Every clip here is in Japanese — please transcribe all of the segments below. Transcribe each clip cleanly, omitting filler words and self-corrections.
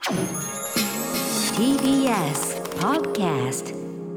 TBS Podcast。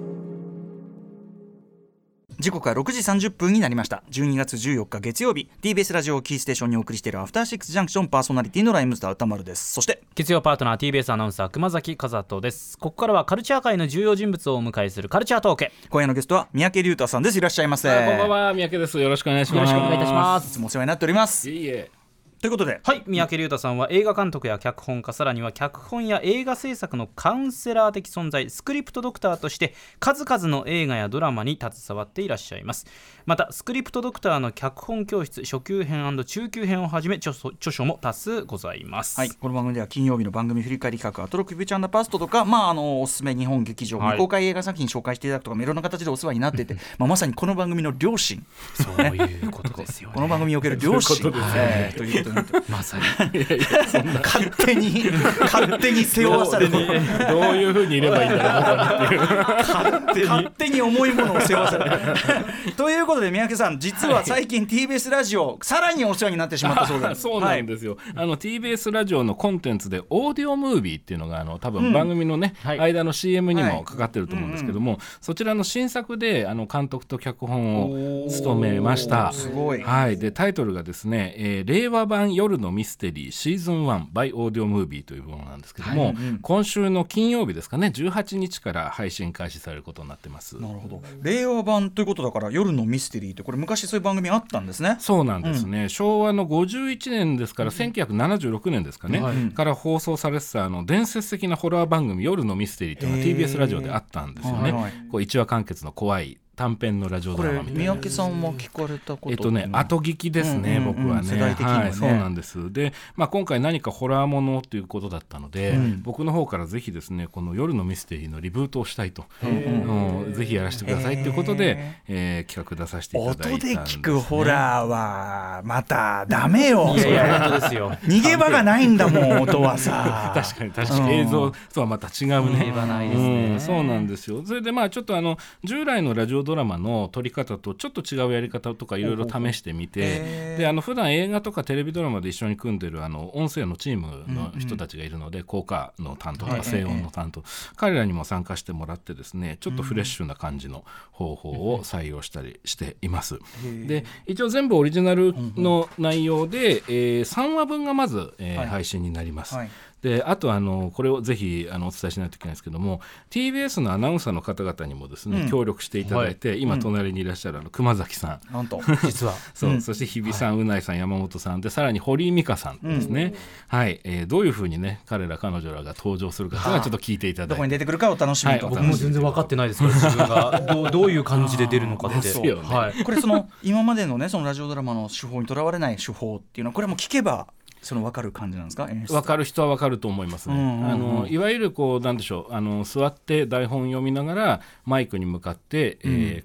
時刻は6時30分になりました。12月14日月曜日、 TBS ラジオキーステーションにお送りしているアフターシックスジャンクション、パーソナリティのライムスター歌丸です。そして月曜パートナー TBS アナウンサー熊崎和人です。ここからはカルチャー界の重要人物をお迎えするカルチャートーク。 今夜のゲストは三宅龍太さんです。いらっしゃいませ。 こんばんは、三宅です。よろしくお願いします。 よろしくお願いいたします。 いつもお世話になっております。 いえということで、 はい、三宅龍太さんは映画監督や脚本家、さらには脚本や映画制作のカウンセラー的存在、スクリプトドクターとして数々の映画やドラマに携わっていらっしゃいます。またスクリプトドクターの脚本教室初級編&中級編をはじめ著書も多数ございます。 はい、この番組では金曜日の番組振り返り企画アトロックフューチャー&パストとか、おすすめ日本劇場、未公開映画作品紹介していただくとか、いろんな形でお世話になっていて、まさにこの番組の両親、 そういうことですよね。 この番組における両親そういうことですねということになってまさに勝手に背負わされてどういう風にいればいいんだろうっていう勝手に重いものを背負わされるということで、三宅さん実は最近 TBS ラジオさらにお世話になってしまったそうです。 そうなんですよ、TBS ラジオのコンテンツでオーディオムービーっていうのが多分番組のね、間の CM にもかかってると思うんですけども、そちらの新作で監督と脚本を務めました。 すごい。 はい、でタイトルがですね、令和版夜のミステリーシーズン1 by オーディオムービーというものなんですけども、今週の金曜日ですかね、18日から配信開始されることになってます。 なるほど。令和版ということだから夜のミステリーって、これ昔そういう番組あったんですね。 そうなんですね、昭和の51年ですから、1976年ですかね、から放送されてた伝説的なホラー番組夜のミステリーというのが TBS ラジオであったんですよね。こう1話完結の怖い短編のラジオドラマみたいな。 三宅さんも聞かれたこと？ 後聞きですね、僕はね、 世代的にはね、 はい、そうなんです。で、今回何かホラーものということだったので、僕の方からぜひですね、この夜のミステリーのリブートをしたいと、ぜひやらせてくださいということで、企画出させていただいたんですね。 音で聞くホラーはまたダメよ。 いや本当ですよ。 逃げ場がないんだもん、音はさ。 確かに映像とはまた違うね。 逃げ場ないですね。 そうなんですよ。それでちょっと従来のラジオドラマの撮り方とちょっと違うやり方とかいろいろ試してみて、で普段映画とかテレビドラマで一緒に組んでる音声のチームの人たちがいるので、効果の担当とか声音の担当、彼らにも参加してもらってですね、ちょっとフレッシュな感じの方法を採用したりしています。で一応全部オリジナルの内容で、3話分がまず、配信になります。であとこれをぜひお伝えしないといけないですけども、 TBS のアナウンサーの方々にもですね、協力していただいて、今隣にいらっしゃる熊崎さん、 なんと実はそして日比さん、うないさん、山本さんで、さらに堀井美香さんですね、どういうふうにね彼女らが登場するかというのはちょっと聞いていただいて、 どこに出てくるかお楽しみと。 僕も全然分かってないですから自分がどういう感じで出るのかって。 ですよね。 これ今までのね、そのラジオドラマの手法にとらわれない手法っていうのは、これも聞けば分かる感じなんですか？ 分かる人は分かると思いますね。いわゆるなんでしょう、座って台本読みながらマイクに向かって、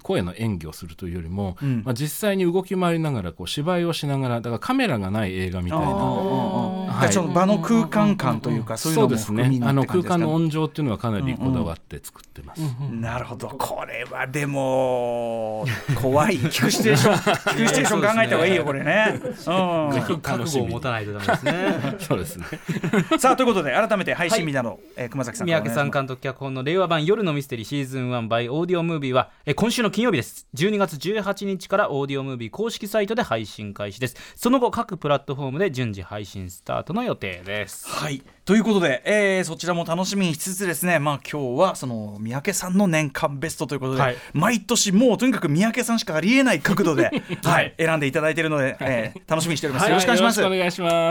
声の演技をするというよりも、実際に動き回りながら芝居をしながら、だからカメラがない映画みたいな、 その場の空間感というか、そういうのも含みになって感じですかね。 空間の音情っていうのはかなりこだわって作ってます。 なるほど。これはでも怖い。聞くシチュエーション考えた方がいいよこれね。 覚悟を持たないとダメですね。 そうですね。 さあということで、改めて配信日など、熊崎さん三宅さん監督脚本の令和版夜のミステリーシーズン1 by オーディオムービーは今週の金曜日です。12月18日からオーディオムービー公式サイトで配信開始です。その後各プラットフォームで順次配信スタートの予定です。 はい、ということで、そちらも楽しみにしつつですね、今日はその三宅さんの年間ベストということで、毎年もうとにかく三宅さんしかありえない角度で、選んでいただいているので、楽しみにしております。よろしくお願いします。 よろしくお願いします。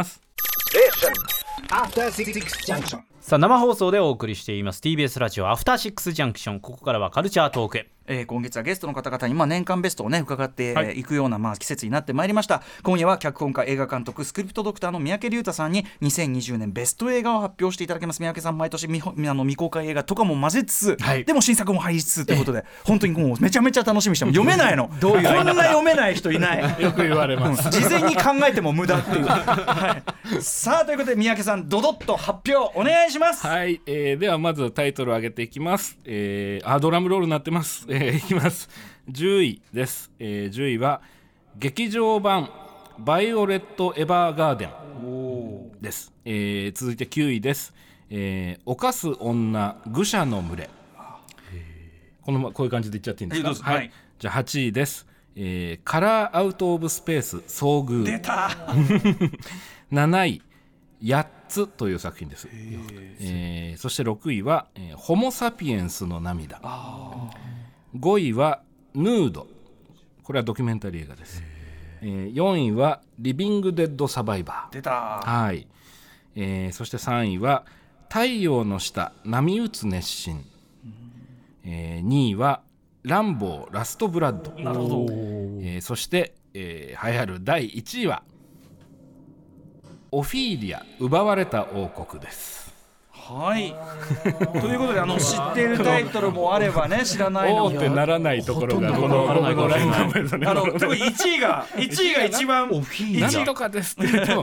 さあ生放送でお送りしています TBS ラジオアフターシックスジャンクション。ここからはカルチャートークへ。 今月はゲストの方々に年間ベストをね伺っていくような季節になってまいりました。今夜は脚本家、映画監督、スクリプトドクターの三宅龍太さんに2020年ベスト映画を発表していただきます。三宅さん毎年未公開映画とかも混ぜつつ、でも新作も入りつつということで、本当にもうめちゃめちゃ楽しみにしても読めないのこんな読めない人いないよく言われます。 事前に考えても無駄っていう、さあということで三宅さんドドッと発表お願いします。 はい、ではまずタイトルを上げていきます。ドラムロールになってます。いきます。10位です。10位は劇場版バイオレット・エヴァーガーデンです。続いて9位です。 犯す女愚者の群れ。こういう感じで言っちゃっていいんですか。 はい、 じゃあ8位です。カラーアウトオブスペース遭遇。 出た 7位8つという作品です。そして6位は、ホモサピエンスの涙。5位はヌード、これはドキュメンタリー映画です。4位はリビングデッドサバイバー。 出た。 はい。そして3位は太陽の下波打つ熱心。2位はランボーラストブラッド。 なるほど。そして、栄えある第1位はオフィーリア奪われた王国です。 はい。ということで知っているタイトルもあればね、知らないのもってならないところがこのラインナップですね。 特に1位が一番なんとかですって言っても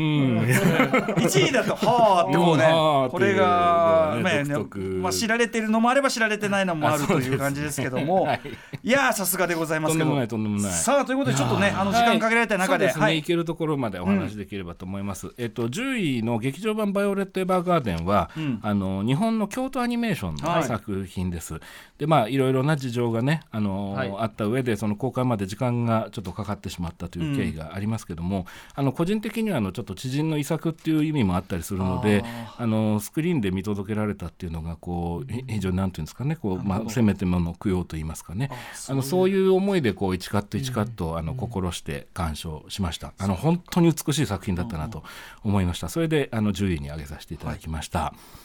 1位だとはあってもうね、これが知られてるのもあれば知られてないのもあるという感じですけども、いやさすがでございますけど。 とんでもない。 さあということでちょっとね時間限られた中でいけるところまでお話できればと思います。10位の劇場版バイオレット・エヴァーガーデンは日本の京都アニメーションの作品です。でいろいろな事情がねあった上でその公開まで時間がちょっとかかってしまったという経緯がありますけども、個人的にはちょっと知人の遺作っていう意味もあったりするのでスクリーンで見届けられたっていうのが非常になんていうんですかねせめてもの供養といいますかねそういう思いで一カット一カット心して鑑賞しました。本当に美しい作品だったなと思いました。それで10位に挙げさせていただきました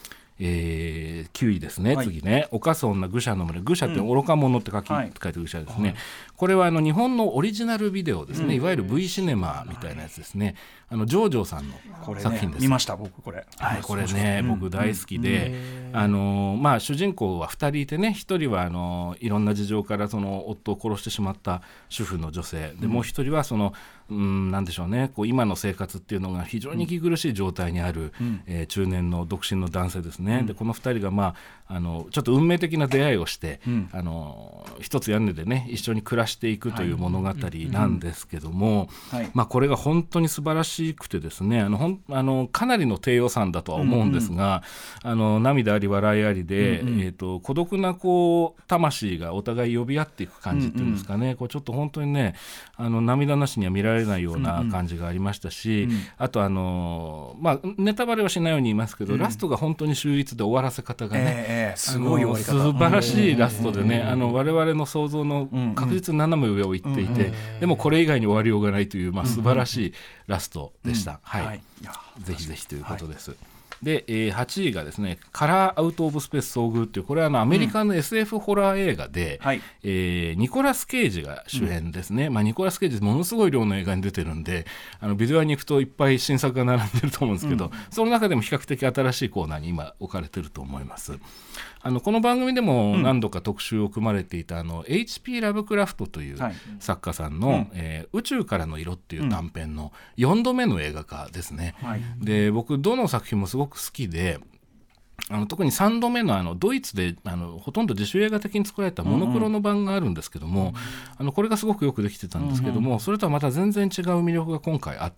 。9位ですね、次ね、犯す女愚者の群れ。愚者って愚か者って書いて愚者ですね。これは日本のオリジナルビデオですね、いわゆる V シネマみたいなやつですね。ジョージョさんの作品です。 見ました僕これ。 これね僕大好きで主人公は2人いてね、1人はいろんな事情からその夫を殺してしまった主婦の女性で、もう1人はなんでしょうね今の生活っていうのが非常に息苦しい状態にある中年の独身の男性ですね。でこの2人がちょっと運命的な出会いをして一つ屋根でね一緒に暮らしていくという物語なんですけども、これが本当に素晴らしくてですねかなりの低予算だとは思うんですが涙あり笑いありで孤独な魂がお互い呼び合っていく感じっていうんですかね、ちょっと本当にね涙なしには見られないような感じがありましたし、あとネタバレはしないように言いますけど、ラストが本当に秀逸で終わらせ方がね、 すごい終わり方、 素晴らしいラストでね我々の想像の確実に斜め上を行っていて、でもこれ以外に終わりようがないという素晴らしいラストでした。ぜひぜひということです。で、8位がですねカラーアウトオブスペース遭遇っていう、これはアメリカの SF ホラー映画で、ニコラス・ケイジが主演ですね。ニコラス・ケイジものすごい量の映画に出てるんでビデオに行くといっぱい新作が並んでると思うんですけど、その中でも比較的新しいコーナーに今置かれてると思います。この番組でも何度か特集を組まれていたH.P. ラブクラフトという作家さんの、宇宙からの色っていう短編の4度目の映画化ですね。で僕どの作品もすごく好きで特に3度目のドイツでほとんど自主映画的に作られたモノクロの版があるんですけども、これがすごくよくできてたんですけども、それとはまた全然違う魅力が今回あって、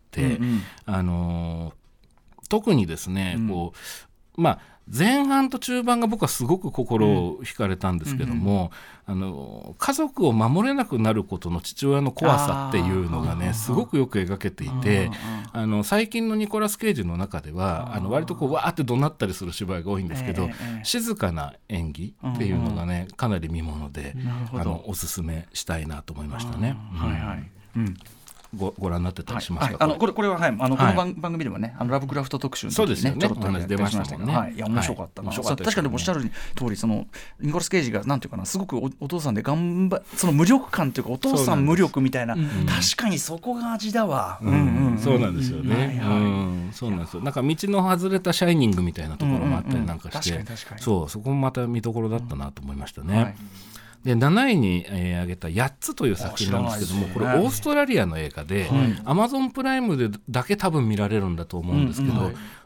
特にですね前半と中盤が僕はすごく心を惹かれたんですけども、家族を守れなくなることの父親の怖さっていうのがねすごくよく描けていて、最近のニコラス・ケイジの中では割とわーって怒鳴ったりする芝居が多いんですけど、静かな演技っていうのがねかなり見ものでおすすめしたいなと思いましたね。ご覧になってたりしますか。 これはこの番組でもねラブクラフト特集の時にねちょろっと出ましたけど、いや面白かったな。確かにおっしゃる通りニコラス・ケイジがなんていうかなすごくお父さんでその無力感というかお父さん無力みたいな、確かにそこが味だわ。 そうなんですよね。そうなんですよ。なんか道の外れたシャイニングみたいなところもあったりなんかして、そこもまた見どころだったなと思いましたね。で7位に挙げた8つという作品なんですけども、これオーストラリアの映画で Amazon プライムでだけ多分見られるんだと思うんですけど、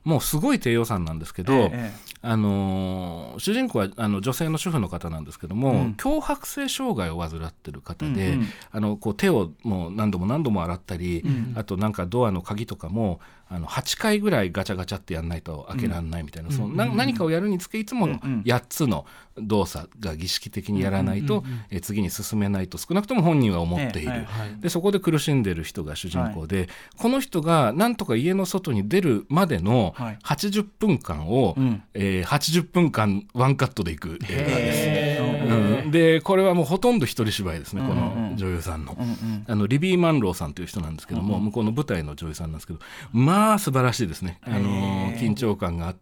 もうすごい低予算なんですけど、主人公は女性の主婦の方なんですけども、強迫性障害を患ってる方で、こう手をもう何度も洗ったり、あとなんかドアの鍵とかも8回ぐらいガチャガチャってやんないと開けられないみたいな、何かをやるにつけいつも8つの動作が儀式的にやらないと、次に進めないと少なくとも本人は思っている、でそこで苦しんでる人が主人公で、この人がなんとか家の外に出るまでの80分間を、80分間ワンカットでいく映画です。でこれはもうほとんど一人芝居ですね、この女優さんの、リビー・マンローさんという人なんですけども、向こうの舞台の女優さんなんですけど、まあ素晴らしいですね。緊張感があって、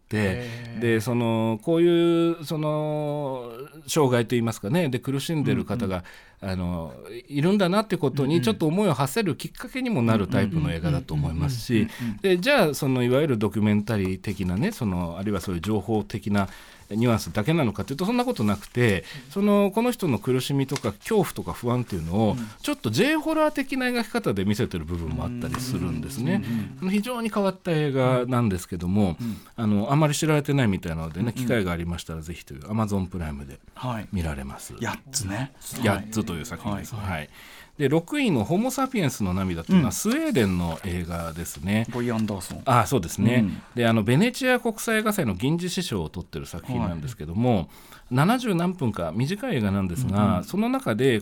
でこういう障害といいますかね、で苦しんでる方が、いるんだなってことにちょっと思いを馳せるきっかけにもなるタイプの映画だと思いますし、でじゃあいわゆるドキュメンタリー的なね、あるいはそういう情報的なニュアンスだけなのかというとそんなことなくて、この人の苦しみとか恐怖とか不安っていうのをちょっと J ホラー的な描き方で見せてる部分もあったりするんですね。非常に変わった映画なんですけども、あまり知られてないみたいなのでね、機会がありましたらぜひという Amazon プライムで見られます、 8つね、 8つという作品です。で6位のホモ・サピエンスの涙というのはスウェーデンの映画ですね。 ボイ・アンダーソン。 そうですね、でベネチア国際映画祭の銀獅子賞を取ってる作品なんですけども、70何分か短い映画なんですが、その中で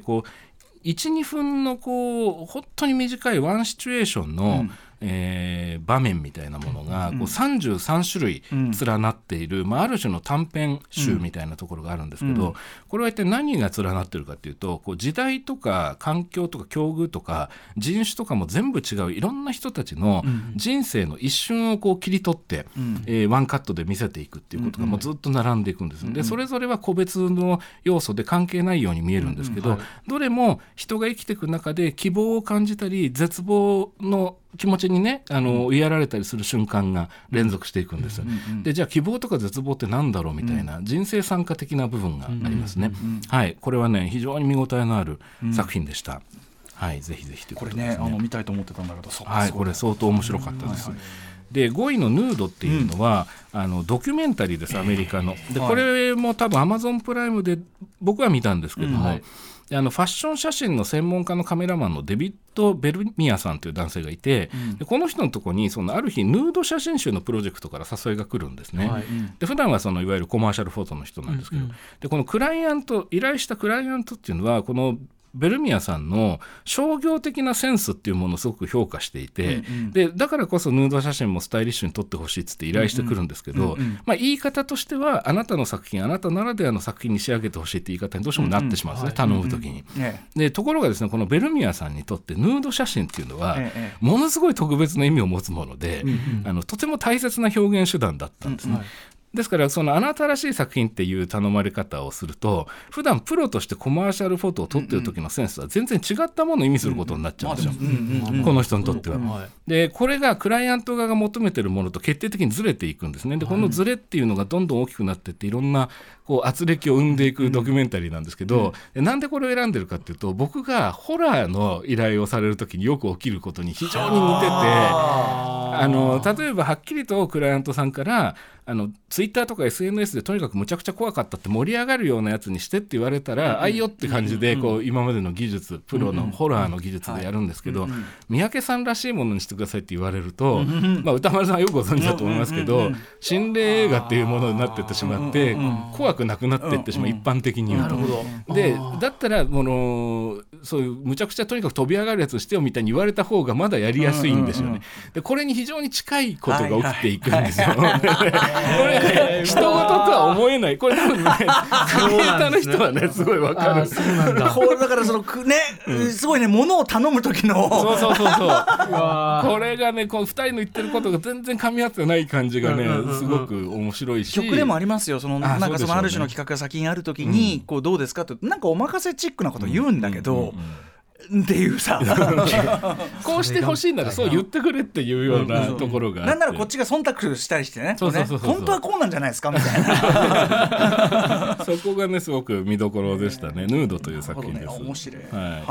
1、2分の本当に短いワンシチュエーションの、場面みたいなものが33種類連なっている、ある種の短編集みたいなところがあるんですけど、これは一体何が連なってるかというと、時代とか環境とか境遇とか人種とかも全部違ういろんな人たちの人生の一瞬を切り取って、ワンカットで見せていくっていうことがもうずっと並んでいくんです。でそれぞれは個別の要素で関係ないように見えるんですけど、どれも人が生きていく中で希望を感じたり絶望の気持ちにね追いやられたりする瞬間が連続していくんです。でじゃあ希望とか絶望ってなんだろうみたいな、人生参加的な部分がありますね。これはね非常に見応えのある作品でした。ぜひぜひということですね。 これね見たいと思ってたんだけど、 これ相当面白かったです。で5位のヌードっていうのは、ドキュメンタリーです、アメリカの。でこれも多分 Amazon プライムで僕は見たんですけども、ファッション写真の専門家のカメラマンのデビッド・ベルミアさんという男性がいて、でこの人のところにある日ヌード写真集のプロジェクトから誘いが来るんですね。で普段はいわゆるコマーシャルフォトの人なんですけど、でこの依頼したクライアントっていうのはこのベルミアさんの商業的なセンスっていうものをすごく評価していて、でだからこそヌード写真もスタイリッシュに撮ってほしいっつって依頼してくるんですけど、言い方としてはあなたの作品あなたならではの作品に仕上げてほしいって言い方にどうしてもなってしまうんですね、頼むときに。でところがですね、このベルミアさんにとってヌード写真っていうのはものすごい特別な意味を持つもので、とても大切な表現手段だったんですね。ですからあなたらしい作品っていう頼まれ方をすると、普段プロとしてコマーシャルフォトを撮ってる時のセンスは全然違ったものを意味することになっちゃうんですよ、この人にとっては。でこれがクライアント側が求めてるものと決定的にずれていくんですね。でこのずれっていうのがどんどん大きくなっていって、いろんな圧力を生んでいくドキュメンタリーなんですけど、なんでこれを選んでるかっていうと、僕がホラーの依頼をされる時によく起きることに非常に似てて、例えばはっきりとクライアントさんからツイッターとか SNS でとにかくむちゃくちゃ怖かったって盛り上がるようなやつにしてって言われたら、あいよって感じで今までの技術、プロのホラーの技術でやるんですけど、三宅さんらしいものにしてくださいって言われると、歌丸さんはよくご存知だと思いますけど、心霊映画っていうものになっていってしまって、怖くなくなっていってしまう、一般的に言うと。でだったらそういうむちゃくちゃとにかく飛び上がるやつしてよみたいに言われた方がまだやりやすいんですよね。でこれに非常に近いことが起きていくんですよ。これ人事とは思えない。これ多分ねクリエイターの人はねすごいわかる。 これだからすごいね、物を頼む時のそうこれがね2人の言ってることが全然噛み合ってない感じがねすごく面白いし、 曲でもありますよ。なんかある種の企画が先にある時にどうですかってなんかお任せチックなこと言うんだけど、っていうさこうしてほしいならそう言ってくれっていうようなところがあって、 なんならこっちが忖度したりしてね、本当はこうなんじゃないですかみたいなそこがねすごく見どころでしたね。ヌードという作品です。 面白い。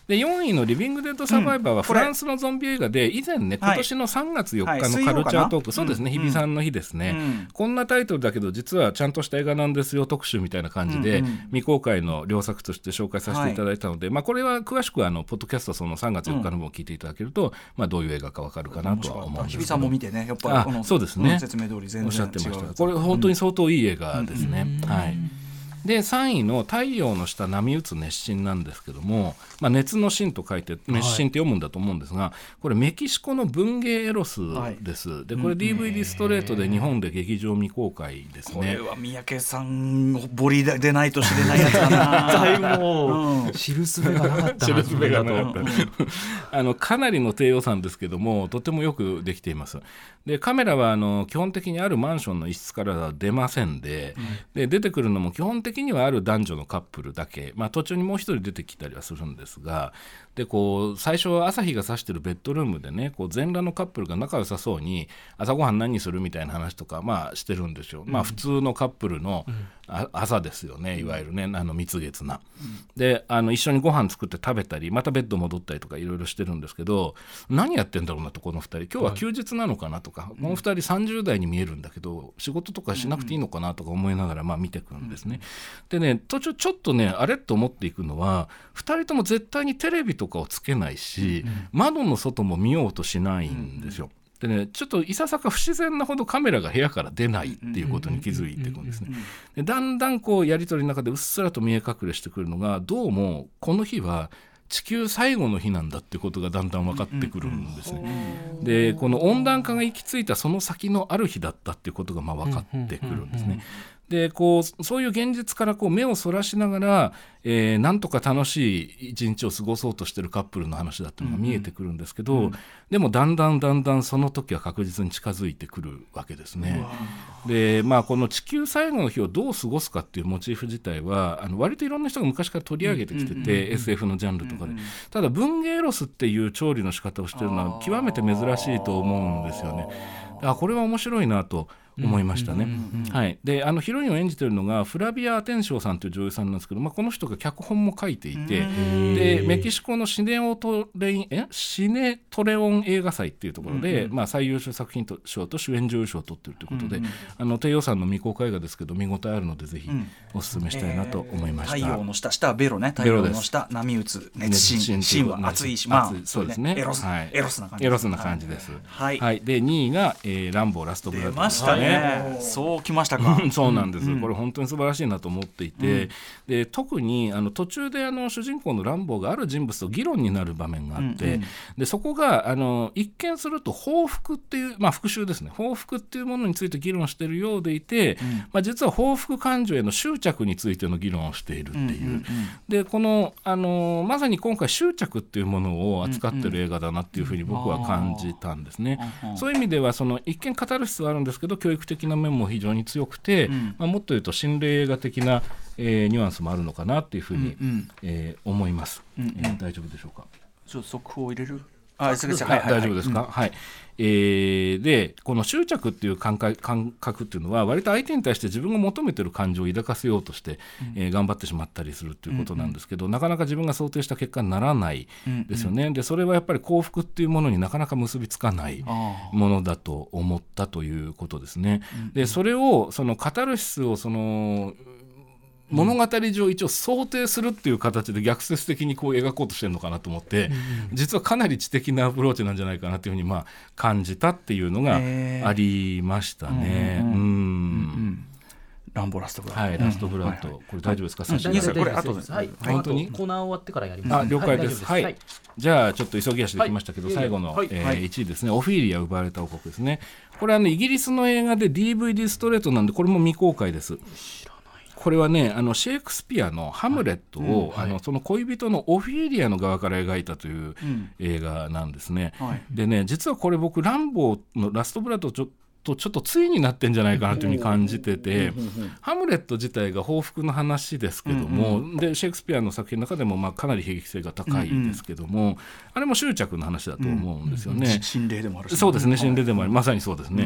で4位のリビングデッドサバイバーはフランスのゾンビ映画で以前ね今年の3月4日のカルチャートーク、そうですね、日比さんの日ですね、こんなタイトルだけど実はちゃんとした映画なんですよ特集みたいな感じで、未公開の良作として紹介させていただいたので、これは詳しくはポッドキャストその3月4日の分を聞いていただけると、どういう映画か分かるかなとは思うんですけど、 日比さんも見てね、やっぱりそうですね、 説明通り全然違う、 おっしゃってました。これ本当に相当いい映画ですね。はい。で3位の太陽の下波打つ熱心なんですけども、熱の心と書いて熱心って読むんだと思うんですが、これメキシコの文芸エロスです、でこれ DVD ストレートで日本で劇場未公開ですね。 これは三宅さんボリでないと知れないやつだなもう知るすべがなかった知るすべがなかったかなりの低予算ですけどもとてもよくできています。でカメラは基本的にあるマンションの一室からは出ませんで、で出てくるのも基本的にはある男女のカップルだけ、途中にもう一人出てきたりはするんですが、で最初は朝日が差してるベッドルームでね全裸のカップルが仲良さそうに朝ごはん何するみたいな話とかしてるんですよ。普通のカップルの朝ですよね、いわゆるね蜜月な、で一緒にご飯作って食べたりまたベッド戻ったりとかいろいろしてるんですけど、何やってんだろうなとこの2人今日は休日なのかなとか、この2人30代に見えるんだけど仕事とかしなくていいのかなとか思いながら見てくるんですね。でね途中ちょっとねあれと思っていくのは2人とも絶対にテレビとかをつけないし、窓の外も見ようとしないんですよ。でね、ちょっといささか不自然なほどカメラが部屋から出ないっていうことに気づいていくんですね。でだんだんやり取りの中でうっすらと見え隠れしてくるのが、どうもこの日は地球最後の日なんだってことがだんだん分かってくるんですね。でこの温暖化が行き着いたその先のある日だったっていうことが分かってくるんですね。でそういう現実から目をそらしながら、なんとか楽しい一日を過ごそうとしてるカップルの話だっていうのが見えてくるんですけど、でもだんだんその時は確実に近づいてくるわけですね。でこの地球最後の日をどう過ごすかっていうモチーフ自体は割といろんな人が昔から取り上げてきてて、SF のジャンルとかで、ただ文芸エロスっていう調理の仕方をしてるのは極めて珍しいと思うんですよね。これは面白いなと思いましたね。はい、でヒロインを演じているのがフラビア・アテンショーさんという女優さんなんですけど、この人が脚本も書いていて、でメキシコのシネトレオン映画祭っていうところで、最優秀作品賞と主演女優賞を取っているということで、低予算の未公開映画ですけど見応えあるのでぜひお勧めしたいなと思いました。 太陽の下はベロね、太陽の下波打つ熱心、芯は熱いし、 そうですね、 エロスな感じ、 エロスな感じです。 はい、 で2位が、ランボーラストブラッド、 出ましたね。そうきましたか。 そうなんです、これ本当に素晴らしいなと思っていて、で特に途中で主人公のランボーがある人物と議論になる場面があって、でそこが一見すると報復っていう、復讐ですね、報復っていうものについて議論しているようでいて、実は報復感情への執着についての議論をしているっていう、でこのまさに今回執着っていうものを扱ってる映画だなっていうふうに僕は感じたんですね。そういう意味では一見カタルシスはあるんですけど教育的な面も非常に強くて、もっと言うと心霊映画的な、ニュアンスもあるのかなっていうふうに、思います。大丈夫でしょうか。 ちょっと速報を入れる。 大丈夫ですか。はい。でこの執着っていう感覚っていうのは割と相手に対して自分が求めてる感情を抱かせようとして、頑張ってしまったりするっていうことなんですけど、なかなか自分が想定した結果にならないですよね。でそれはやっぱり幸福っていうものになかなか結びつかないものだと思ったということですね。でそれをカタルシスを物語上一応想定するっていう形で逆説的に描こうとしてるのかなと思って、実はかなり知的なアプローチなんじゃないかなというふうに感じたっていうのがありましたね。 ランボラストブラッド、 はい、ラストブラッド、これ大丈夫ですか。 大丈夫です。これ後で、 本当にコーナー終わってからやります。 了解です。はい。じゃあちょっと急ぎ足できましたけど、最後の1位ですね。オフィリア奪われた王国ですね。これイギリスの映画で DVD ストレートなんでこれも未公開です。これはねシェイクスピアのハムレットを、その恋人のオフィリアの側から描いたという映画なんですね。でね実はこれ僕ランボーのラストブラッドちょっと対になってんじゃないかなというふうに感じてて、ハムレット自体が報復の話ですけども、でシェイクスピアの作品の中でもかなり悲劇性が高いですけども、あれも執着の話だと思うんですよね。 心霊でもあるし、 そうですね、心霊でもある、まさにそうですね。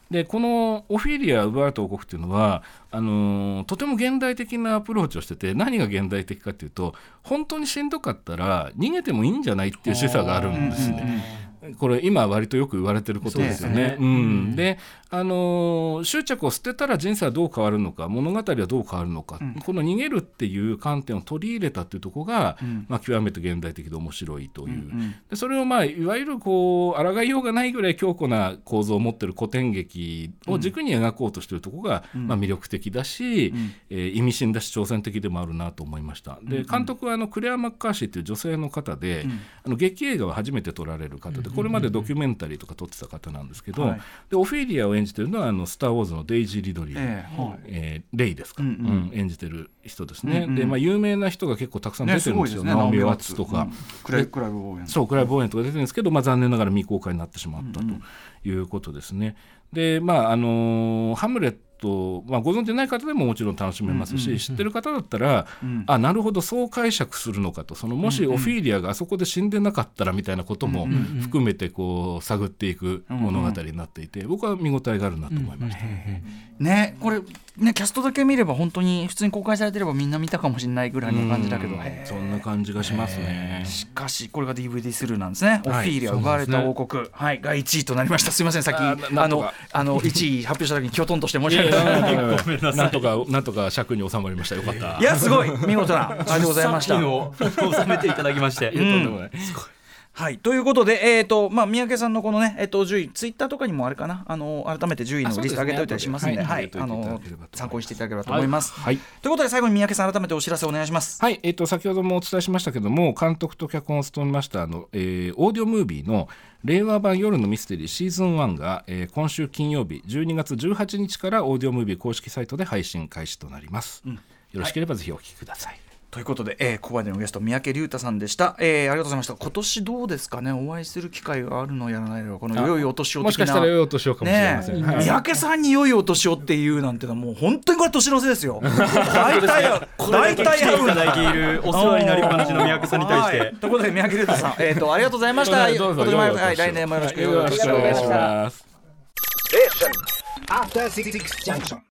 でこのオフィリア奪われた王国っていうのはとても現代的なアプローチをしてて、何が現代的かっていうと、本当にしんどかったら逃げてもいいんじゃないっていう示唆があるんですね。これ今割とよく言われてることですよね。で執着を捨てたら人生はどう変わるのか、物語はどう変わるのか、この逃げるっていう観点を取り入れたっていうところが、極めて現代的で面白いという、でそれをいわゆる抗いようがないぐらい強固な構造を持っている古典劇を軸に描こうとしているところが、魅力的だし、意味深だし挑戦的でもあるなと思いました。で監督はクレア・マッカーシーという女性の方で、劇映画は初めて撮られる方で、これまでドキュメンタリーとか撮ってた方なんですけど、でオフィリアを演じてるのはスター・ウォーズのデイジー・リドリー、レイですか、演じてる人ですね。で有名な人が結構たくさん出てるんですよ。ナオミ・ワッツとか、 クライブ・ボーエン、 そうクライブ・ボーエンとか出てるんですけど、残念ながら未公開になってしまったということですね。でハムレット、ご存知ない方でももちろん楽しめますし、知ってる方だったら、なるほどそう解釈するのかと、もしオフィリアがあそこで死んでなかったらみたいなことも含めて探っていく物語になっていて、僕は見応えがあるなと思いました。 ね、これね、キャストだけ見れば本当に普通に公開されてればみんな見たかもしれないぐらいの感じだけど、 そんな感じがしますね。 しかしこれが DVD スルーなんですね。オフィリア奪われた王国、が1位となりました。すいません、さっき1位発表した時にきょとんとして申し訳ない。 なんとか尺に収まりました。よかった。 いやすごい見事なありがとうございました。 収めていただきまして、 とんでもない。 はい、ということで、三宅さんのこのね、順位ツイッターとかにもあれかな、改めて順位のリスト上げておいたりしますので、参考にしていただければと思います。ということで最後に三宅さん改めてお知らせお願いします。 はい、先ほどもお伝えしましたけども、監督と脚本を務めましたオーディオムービーの令和版夜のミステリーシーズン1が、今週金曜日12月18日からオーディオムービー公式サイトで配信開始となります。よろしければぜひお聞きください。 ということで、ここまでのゲスト三宅龍太さんでした。ありがとうございました。今年どうですかね、お会いする機会があるのやらないの、この良いお年を的な、 もしかしたら良いお年をかもしれません、 三宅さんに良いお年をっていうなんてのはもう本当にこれ年の瀬ですよ。大体来ていただいているお世話になりっぱなしの三宅さんに対して、 ということで三宅龍太さん、ありがとうございました。今年も来年もよろしくお願いします。